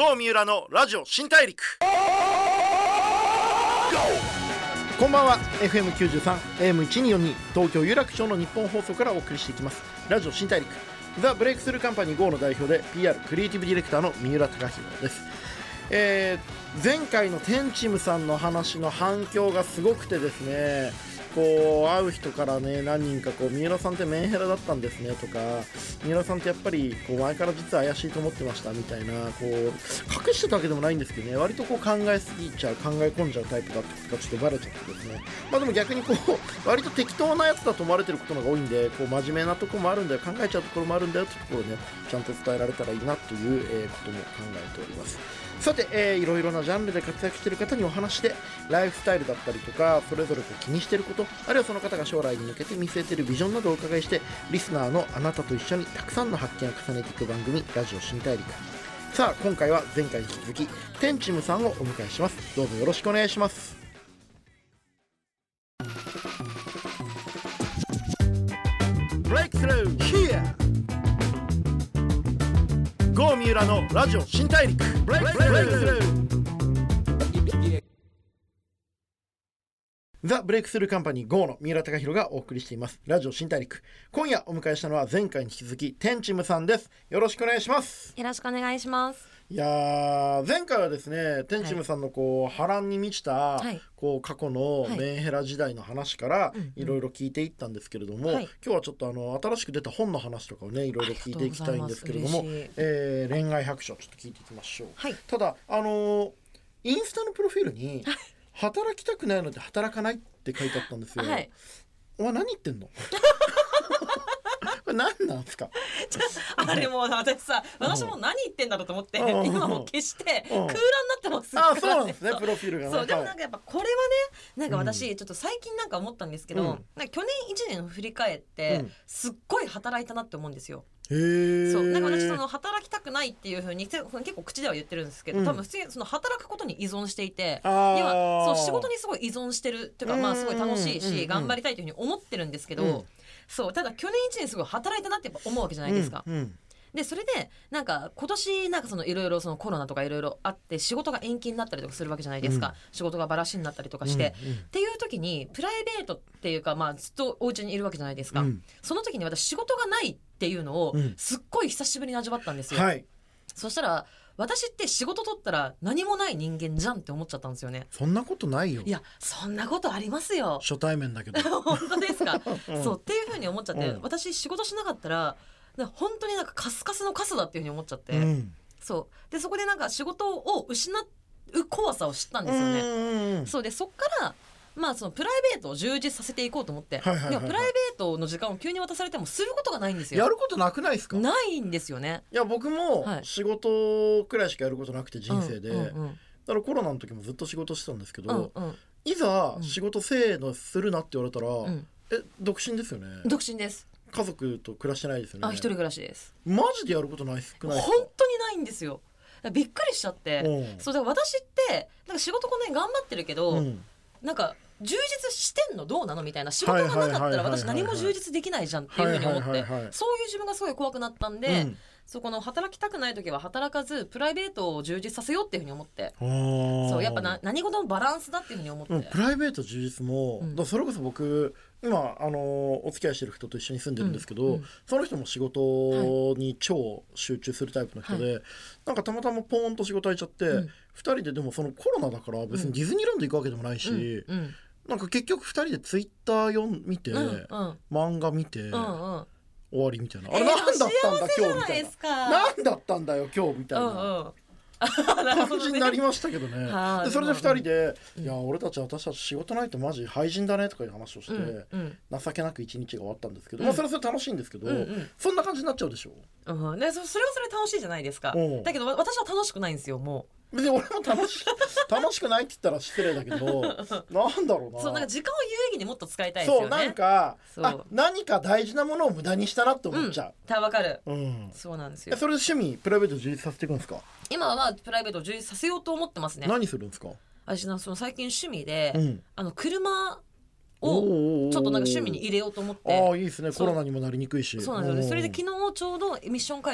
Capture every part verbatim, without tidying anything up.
郷三浦のラジオ新大陸。こんばんは。 エフエムきゅうじゅうさん エーエムせんにひゃくよんじゅうに 東京有楽町の日本放送からお送りしていきますラジオ新大陸。ザ・ブレイクスルーカンパニー ゴー の代表で ピーアール クリエイティブディレクターの三浦貴大です。えー、前回のテンチムさんの話の反響がすごくてですね、こう会う人からね、何人かこう三浦さんってメンヘラだったんですねとか、三浦さんってやっぱりこう前から実は怪しいと思ってましたみたいな、こう隠してたわけでもないんですけどね、割とこう考えすぎちゃう、考え込んじゃうタイプだってことがちょっとバレちゃってですね、まあでも逆にこう割と適当なやつだと思われてることのが多いんで、こう真面目なところもあるんだよ、考えちゃうところもあるんだよってところをね、ちゃんと伝えられたらいいなという、えー、ことも考えております。さて、えー、いろいろなジャンルで活躍している方にお話して、ライフスタイルだったりとか、それぞれこう気にしていること、あるいはその方が将来に向けて見据えているビジョンなどをお伺いして、リスナーのあなたと一緒にたくさんの発見を重ねていく番組、ラジオ新大陸。さあ、今回は前回に引き続きテンチムさんをお迎えします。どうぞよろしくお願いします。ブレイクスルー Here 郷三浦のラジオ新大陸。ブレイクスルーザ・ブレイクスルーカンパニー ゴー の三浦貴大がお送りしていますラジオ新大陸。今夜お迎えしたのは前回に引き続きテンチムさんです。よろしくお願いします。 よろしくお願いします。 いやー、前回はですね、テンチムさんのこう波乱に満ちた、はい、こう過去のメンヘラ時代の話からいろいろ聞いていったんですけれども、はい、今日はちょっとあの新しく出た本の話とかをね、いろいろ聞いていきたいんですけれども、えー、恋愛白書ちょっと聞いていきましょう、はい、ただあのー、インスタのプロフィールに働きたくないので働かないって書いてあったんですよ、はい、お前何言ってんのこれ何なんですかあれもう私さ、私も何言ってんだろうと思って今も消して空欄になってます。 あ、そうなんですね、プロフィールがね。 そうでもなんかやっぱこれはね、なんか私ちょっと最近なんか思ったんですけど、うん、なんか去年いちねんを振り返ってすっごい働いたなって思うんですよ。 へー。 そうなんか私その働きたくないっていう風に結構口では言ってるんですけど、多分普通にその働くことに依存していて、要はそう仕事にすごい依存してるっていうか、まあすごい楽しいし頑張りたいという風に思ってるんですけど、うん、そうただ去年いちねんすごい働いたなってやっぱ思うわけじゃないですか、うんうん、でそれでなんか今年なんかそのいろいろそのコロナとかいろいろあって仕事が延期になったりとかするわけじゃないですか、うん、仕事がバラシになったりとかして、うんうん、っていう時にプライベートっていうか、まあずっとお家にいるわけじゃないですか、うん、その時に私仕事がないっていうのをすっごい久しぶりに味わったんですよ、うん、はい、そしたら私って仕事取ったら何もない人間じゃんって思っちゃったんですよね。 そんなことないよ。 いやそんなことありますよ。 初対面だけど本当ですか、うん、そうっていう風に思っちゃって、うん、私仕事しなかったら本当になんかカスカスのカスだっていう風に思っちゃって、うん、そうでそこでなんか仕事を失う怖さを知ったんですよね。うん、そうでそっからまあそのプライベートを充実させていこうと思って、はいはいはいはい、でもプライベートの時間を急に渡されてもすることがないんですよ。 やることなくないですか？ ないんですよね。 いや僕も仕事くらいしかやることなくて人生で、はい、うんうんうん、だからコロナの時もずっと仕事してたんですけど、うんうん、いざ仕事せーのするなって言われたら、うん、え独身ですよね？独身です。家族と暮らしてないですよね？ あ、一人暮らしです。 マジでやることないですか？本当にないんですよ。びっくりしちゃって、うん、そうだから私ってなんか仕事こんなに頑張ってるけど、うん、なんか充実してんのどうなのみたいな、仕事がなかったら私何も充実できないじゃんっていうふうに思って、そういう自分がすごい怖くなったんで、うん、そこの働きたくない時は働かずプライベートを充実させようっていうふうに思って、そうやっぱな何事もバランスだっていうふうに思って、うん、 プライベート充実も、うん、だそれこそ僕今あのお付き合いしてる人と一緒に住んでるんですけど、うんうん、その人も仕事に超集中するタイプの人で、はい、なんかたまたまポーンと仕事空いちゃって、うん、ふたりででもそのコロナだから別にディズニーランド行くわけでもないし、うんうん、なんか結局ふたりでツイッター読ん見て、うんうん、漫画見て、うんうん、終わりみたいな、あれ何だったんだ今日みたいな、何だったんだよ今日みたいな、うんうん感じになりましたけどね。でそれでふたりで、うん、いや俺たち私たち仕事ないとマジ廃人だねとかいう話をして、うんうん、情けなく一日が終わったんですけど、うん、まあそれはそれ楽しいんですけど、うんうん、そんな感じになっちゃうでしょ、 うん、で そ, それはそれ楽しいじゃないですか、うん、だけど私は楽しくないんですよ。もう別に俺も楽し楽しくないって言ったら失礼だけどなんだろうな、 そうなんか時間を有意義にもっと使いたいですよね。 そうなんかあ何か大事なものを無駄にしたなって思っちゃう、うん、 たわかる、うん、そうなんですよ。 それで趣味プライベート充実させていくんですか？ 今はプライベートを充実させようと思ってますね。 何するんですか？ 私のその最近趣味で、うん、あの車をちょっとなんか趣味に入れようと思って。 ああいいですね、コロナにもなりにくいし。 そうなんですよね。それで昨日ちょうどミッション解除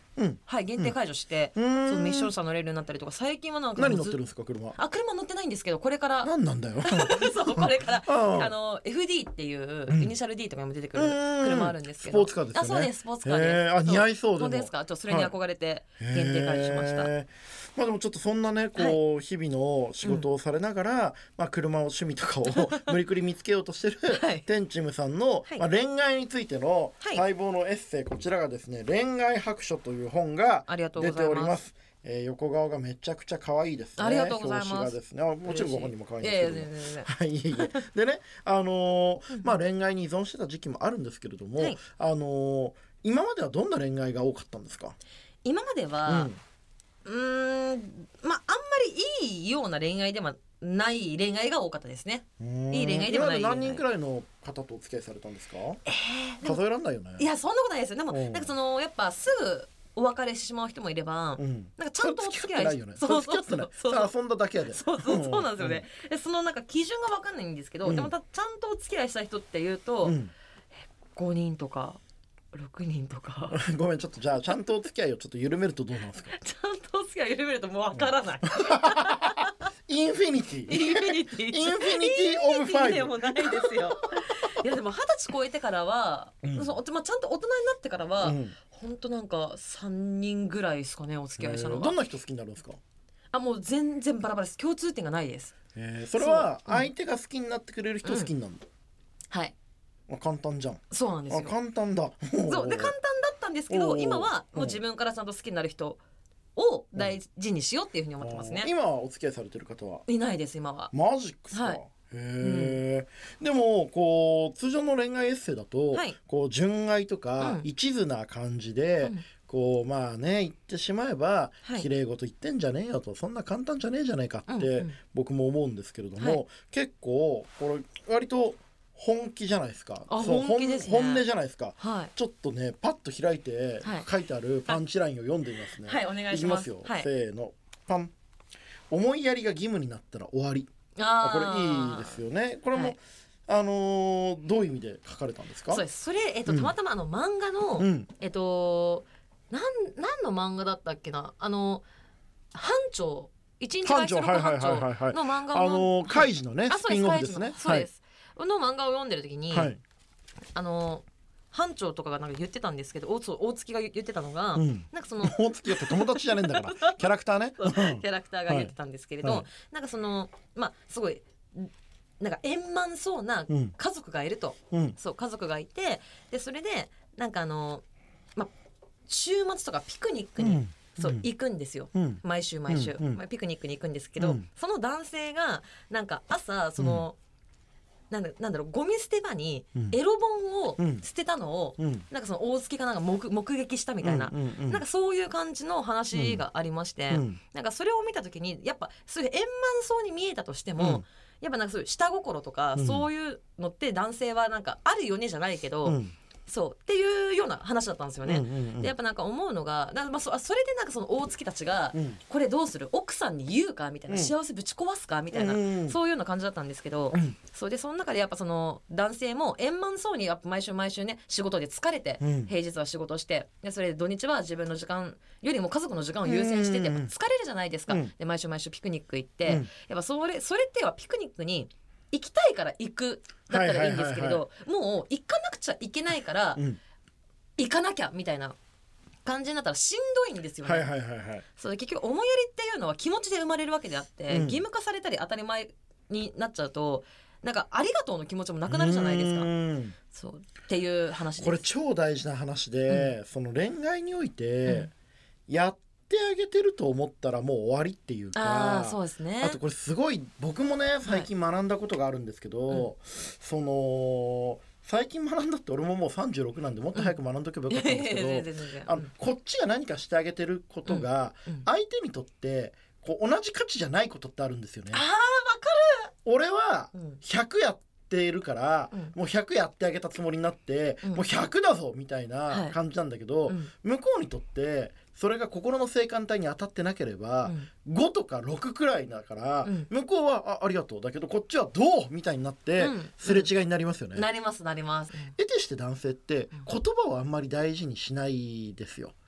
うん、 はい、限定解除して、 うん、 そうミッション車乗れるようになったりとか、最近はなんか何乗ってるんですか車？ あ、車乗ってないんですけど、これから何なんだよそうこれからああの エフディー っていう、 うん、 イニシャル D とかにも出てくる車あるんですけど、 スポーツカーですよね。 あ、そうです、スポーツカーです。 あ、似合いそうでも。 そうですか。ちょっとそれに憧れて限定解除しました。 まあでもちょっとそんなねこう、はい、日々の仕事をされながら、うん、まあ、車を趣味とかを無理くり見つけようとしてる、はい、テンチムさんの、はい、まあ、恋愛についての待望のエッセイ、こちらがですね恋愛白書という本が出ております。えー、横顔がめちゃくちゃ可愛いですね。 ありがとうございます。 表紙がですね、あ、もちろんご本人も可愛いんですけども、はい、いえいえ。でね、あのー、まあ恋愛に依存してた時期もあるんですけれども、はい、あのー、今まではどんな恋愛が多かったんですか？ 今までは、うん、うーん、まああんまりいいような恋愛ではない恋愛が多かったですね。いい恋愛ではない。 今まで何人くらいの方とお付き合いされたんですか？えー、数えられないよね。 いや、そんなことないですよ。でもなんかそのやっぱすぐお別れしてしまう人もいれば、うん、なんかちゃんとお付き合いして、 そうそうそうそう、遊んだだけやで、 そうそうそうなんですよね。でそのなんか基準が分かんないんですけど、うん、でもたちゃんとお付き合いした人っていうと、うん、ごにんとかろくにんとかごめん、ちょっとじゃあちゃんとお付き合いをちょっと緩めるとどうなんですか？ ちゃんとお付き合い緩めるともう分からない、 うん、インフィニティインフィニティインフィニティオブファイブでもないですよ。いやでも二十歳超えてからは、うん、そうまあ、ちゃんと大人になってからは、うん、ほんとなんかさんにんぐらいですかね、お付き合いしたのが。 どんな人好きになるんですか？ あ、もう全然バラバラです。共通点がないです。 えー、それは相手が好きになってくれる人を好きになるの、うん、 はい。 あ、簡単じゃん。 そうなんですよ。 あ、簡単だ。 そうで簡単だったんですけど、今はもう自分からちゃんと好きになる人を大事にしようっていうふうに思ってますね。 今お付き合いされてる方はいないです今は。 マジックスか、はい、へー、うん、でもこう通常の恋愛エッセイだと、はい、こう純愛とか、うん、一途な感じで、うん、こうまあね言ってしまえば、はい、綺麗事言ってんじゃねえよと、そんな簡単じゃねえじゃないかって、うんうん、僕も思うんですけれども、はい、結構これ割と本気じゃないですか。 あ、そう、本気ですね。 本音じゃないですか、はい、ちょっとねパッと開いて、はい、書いてあるパンチラインを読んでみますね。 はい、お願いします。 いきますよ、はい、せーの、パン。思いやりが義務になったら終わり。あ、これいいですよね。これも、はい、あのー、どういう意味で書かれたんですか？ そうです。それ、えっと、たまたまあの漫画の、うん、えっとなん何の漫画だったっけな、あの班長一日外出力班長の漫画を、 あのー、カイジのね、スピンオフですね。 そうです。の漫画を読んでる時に、はい、あの班長とかがなんか言ってたんですけど、大, 大月が言ってたのが、うん、なんかその大月だって友達じゃねえんだからキャラクターねキャラクターが言ってたんですけれど、はい、なんかそのまあすごいなんか円満そうな家族がいると、うん、そう家族がいて、でそれでなんかあの、まあ、週末とかピクニックに、うん、そう、うん、行くんですよ、うん、毎週毎週、うんうん、まあ、ピクニックに行くんですけど、うん、その男性がなんか朝その、うん、なんだ、なんだろう、ゴミ捨て場にエロ本を捨てたのを、うん、なんかその大月がなんか 目, 目撃したみたいな、うんうんうん、なんかそういう感じの話がありまして、うん、なんかそれを見た時にやっぱすごい円満そうに見えたとしても、うん、やっぱなんかそういう下心とか、そういうのって男性はなんかあるよねじゃないけど、うん、そうっていうような話だったんですよね、うんうんうん、でやっぱなんか思うのが、まあ、そ, それでなんかその大月たちが、うん、これどうする、奥さんに言うかみたいな、うん、幸せぶち壊すかみたいな、うん、そういうような感じだったんですけど、うん、そうでその中でやっぱその男性も円満そうにやっぱ毎週毎週ね仕事で疲れて、うん、平日は仕事してでそれで土日は自分の時間よりも家族の時間を優先してて、うん、疲れるじゃないですか、うん、で毎週毎週ピクニック行って、うん、やっぱそれそれってはピクニックに行きたいから行くだったらいいんですけれど、はいはいはいはい、もう行かなくちゃいけないから、うん、行かなきゃみたいな感じになったらしんどいんですよね、はいはいはいはい、そう結局思いやりっていうのは気持ちで生まれるわけであって、うん、義務化されたり当たり前になっちゃうとなんかありがとうの気持ちもなくなるじゃないですか。うんそうっていう話です。 これ超大事な話で、うん、その恋愛において、うん、やってあげてると思ったらもう終わりっていうか、 あ、そうですね、 あとこれすごい僕もね最近学んだことがあるんですけど、はいうん、その最近学んだって俺ももうさんじゅうろくなんでもっと早く学んどけばよかったんですけど、うん、あのこっちが何かしてあげてることが相手にとってこう同じ価値じゃないことってあるんですよね。 あー、わかる。 俺はひゃくやっているから、うん、もうひゃくやってあげたつもりになって、うん、もうひゃくだぞみたいな感じなんだけど、はいうん、向こうにとってそれが心の性感帯に当たってなければ、うん、ごとかろくくらいだから、うん、向こうは あ, ありがとうだけどこっちはどうみたいになって、うん、すれ違いになりますよね、 うん、なりますなります。 得てして男性って言葉をあんまり大事にしないですよ。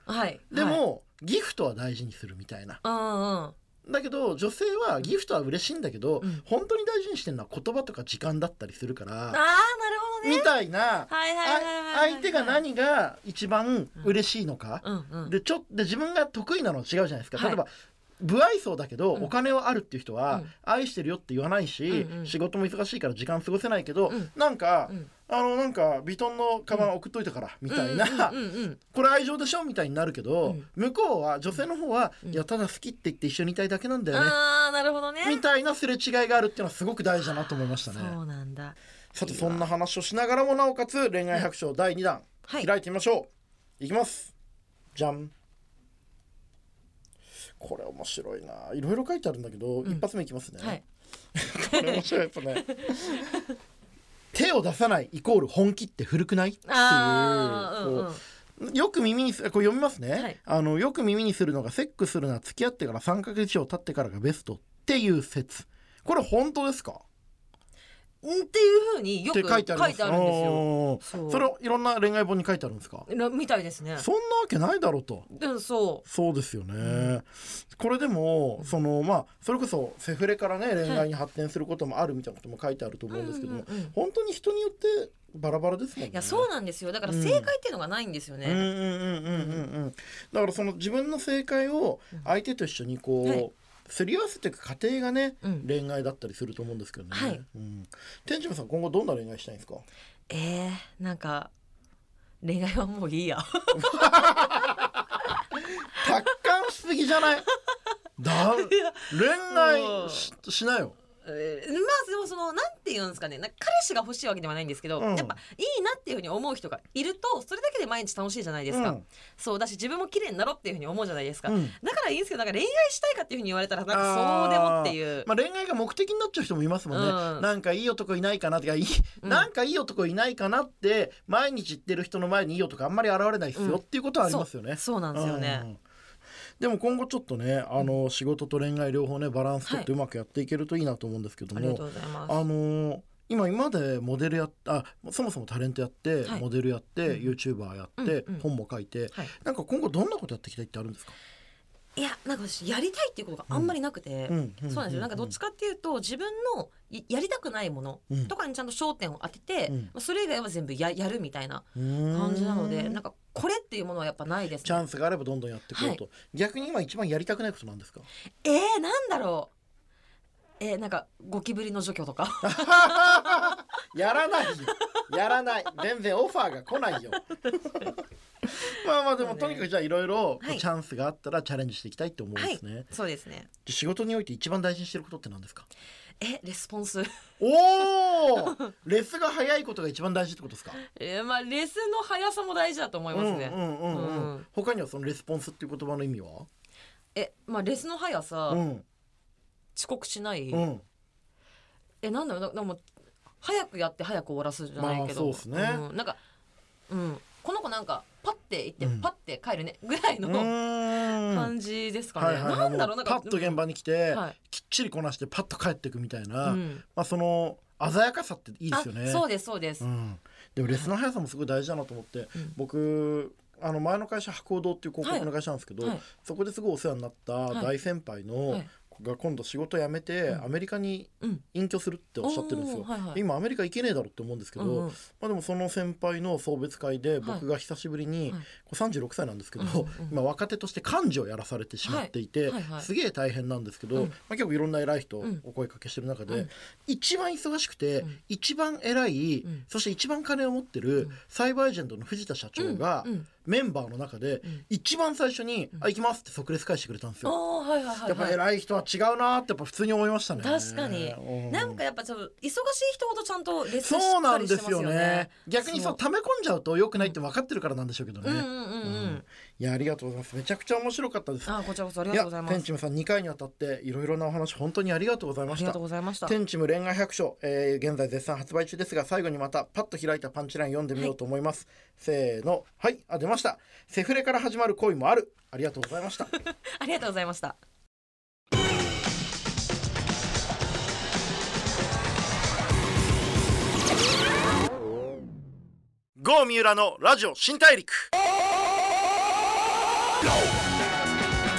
はい、 でも、 はい、 ギフトは大事にするみたいな。 うんうん、 だけど女性はギフトは嬉しいんだけど、 うん、 本当に大事にしてるのは言葉とか時間だったりするから、 あーなるほどねみたいな、 はいはいはいはい、 相手が何が一番嬉しいのか、 うんうんうん、 でちょで自分が得意なのは違うじゃないですか。 はい、 例えば不愛想だけど、うん、お金はあるっていう人は、うん、愛してるよって言わないし、うんうん、仕事も忙しいから時間過ごせないけど、うん、なんか、うん、あのなんかヴィトンのカバン送っといたから、うん、みたいな、これ愛情でしょみたいになるけど、うん、向こうは女性の方は、うん、いやただ好きって言って一緒にいたいだけなんだよね、 あーなるほどねみたいなすれ違いがあるっていうのはすごく大事だなと思いましたね。 そうなんだ。 さてそんな話をしながらもなおかつ恋愛白書だいにだん、はい、開いてみましょう。いきます。じゃん。これ面白いな。いろいろ書いてあるんだけど、うん、一発目いきますね、はい、これ面白いやっぱね手を出さないイコール本気って古くないっていう、あう、うん、よく耳にすこれ読みますね、はい、あのよく耳にするのがセックスするのは付き合ってからさんかげつ以上経ってからがベストっていう説、これ本当ですかっていう風によく書いてあるんですよ。 それをいろんな恋愛本に書いてあるんですかみたいですね。 そんなわけないだろうと、 うん、そうそうですよね、うん、これでも、うん、そのまあそれこそセフレからね恋愛に発展することもあるみたいなことも書いてあると思うんですけども、うんうんうん、本当に人によってバラバラですもんね。 いやそうなんですよ。だから正解っていうのがないんですよね。 だからその自分の正解を相手と一緒にこう、はい、すり合わせていく過程がね、うん、恋愛だったりすると思うんですけどね、はいうん、天竺さん今後どんな恋愛したいんですか？ えー、なんか恋愛はもういいや達観しすぎじゃないだ恋愛 し, しなよ。 えー、まあでもそのなんていうんですかね、なんか彼氏が欲しいわけではないんですけど、うん、やっぱいいなっていうふうに思う人がいるとそれだけで毎日楽しいじゃないですか、うん、そうだし自分も綺麗になろうっていうふうに思うじゃないですか、うん、だからいいんですけど、なんか恋愛したいかっていうふうに言われたらなんかそうでもっていう、 まあ、恋愛が目的になっちゃう人もいますもんね、うん、なんかいい男いないかなってかいい、うん、なんかいい男いないかなって毎日言ってる人の前にいい男あんまり現れないですよ、うん、っていうことはありますよね。 そ う, そうなんですよね、 うんでも今後ちょっとねあの、うん、仕事と恋愛両方ねバランスとってうまくやっていけるといいなと思うんですけども、はい、ありがとうございます。あの今今までモデルやあそもそもタレントやって、はい、モデルやって、うん、YouTuber やって、うんうん、本も書いて、はい、なんか今後どんなことやっていきたいってあるんですか？ いやなんか私やりたいっていうことがあんまりなくて、うん、そうなんですよ。なんかどっちかっていうと自分のやりたくないものとかにちゃんと焦点を当てて、うん、それ以外は全部 や, やるみたいな感じなので、なんかこれっていうものはやっぱないですね。 チャンスがあればどんどんやっていこうと、はい、逆に今一番やりたくないことなんですか？ えー、なんだろうえー、なんかゴキブリの除去とかやらないよやらない全然オファーが来ないよまあまあでもとにかくじゃあいろいろチャンスがあったらチャレンジしていきたいって思うんですね、はい、 そうですね。 仕事において一番大事にしてることって何ですか？ えレスポンスおーレスが早いことが一番大事ってことですか？ えー、まあレスの速さも大事だと思いますね。 他にはそのレスポンスっていう言葉の意味はえまあレスの速さ、うん、遅刻しない、うん、えなんだろうでも早くやって早く終わらすじゃないけど、まあ、そうですね、うん、なんか、うん、この子なんかパッて行って、うん、パッて帰るねぐらいの感じですかね。はいはい、なんだろうなんかパッと現場に来て、はい、きっちりこなしてパッと帰っていくみたいな、うん、まあ、その鮮やかさっていいですよね。 そうですそうです、うん、 でもレスの速さもすごい大事だなと思って、はい、僕あの前の会社博報堂っていう広告の会社なんですけど、はいはい、そこですごいお世話になった大先輩の、はいはいが今度仕事辞めてアメリカに隠居するっておっしゃってるんですよ、うんはいはい、今アメリカ行けねえだろって思うんですけど、うんうん、まあ、でもその先輩の送別会で僕が久しぶりに、はい、さんじゅうろくさいなんですけど、はい、今若手として幹事をやらされてしまっていて、はいはいはい、すげえ大変なんですけど、うん、まあ、結構いろんな偉い人お声かけしてる中で、うん、一番忙しくて、うん、一番偉い、うん、そして一番金を持ってるサイバーエージェントの藤田社長が、うんうん、メンバーの中で一番最初に、うん、あ行きますって即レス返してくれたんですよ、はいはいはいはい、やっぱ偉い人は違うなってやっぱ普通に思いましたね。 確かに、うん、なんかやっぱちょっと忙しい人ほどちゃんとレスしっかりしてますよね。 そうなんですよね。逆にそう溜め込んじゃうと良くないって分かってるからなんでしょうけどね、うんうんうんうん、いやありがとうございます。めちゃくちゃ面白かったです。 あこちらこそありがとうございます。 天チムさんにかいにわたっていろいろなお話本当にありがとうございました。 ありがとうございました。 天チム恋愛白書、えー、現在絶賛発売中ですが最後にまたパッと開いたパンチライン読んでみようと思います、はい、せーのはいあ出ました。セフレから始まる恋もある。ありがとうございましたありがとうございました。 郷三浦のラジオ新大陸。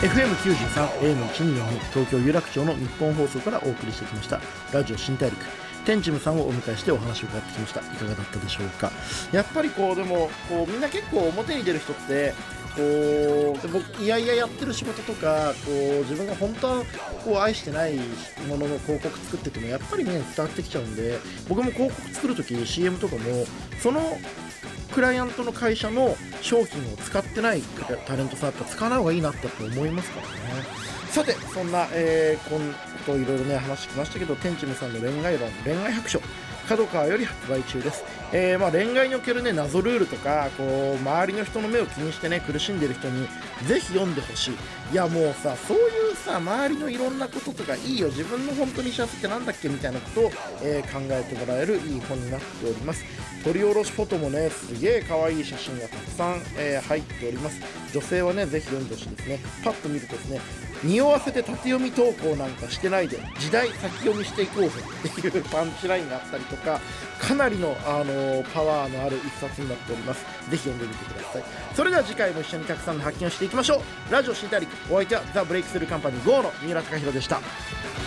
エフエムきゅうじゅうさん エーエムせんにひゃくよんじゅうに 東京有楽町の日本放送からお送りしてきましたラジオ新大陸、天チムさんをお迎えしてお話を伺ってきました。いかがだったでしょうか。やっぱりこうでもこうみんな結構表に出る人ってこうで僕いやいややってる仕事とかこう自分が本当はこう愛してないものの広告作っててもやっぱりね伝わってきちゃうんで、僕も広告作るとき シーエム とかもそのクライアントの会社の商品を使ってないタレントさんだったら使わない方がいいなって思いますからね。さてそんな、えー、こんことをいろいろね話してきましたけど、天チムさんの恋愛論恋愛白書角川より発売中です。えーまあ、恋愛における、ね、謎ルールとかこう周りの人の目を気にして、ね、苦しんでる人にぜひ読んでほしい。いやもうさそういうさ周りのいろんなこととかいいよ、自分の本当に幸せってなんだっけみたいなことを、えー、考えてもらえるいい本になっております。撮り下ろしフォトもねすげえ可愛い写真がたくさん、えー、入っております。女性はねぜひ読んでほしいですね。パッと見るとですね、匂わせて縦読み投稿なんかしてないで時代先読みしていこうぜっていうパンチラインがあったりとか、かなりの、あのー、パワーのある一冊になっております。ぜひ読んでみてください。それでは次回も一緒にたくさんの発見をしていきましょう。ラジオ新大陸、お相手はザ・ブレイクスルーカンパニー ゴー の三浦貴大でした。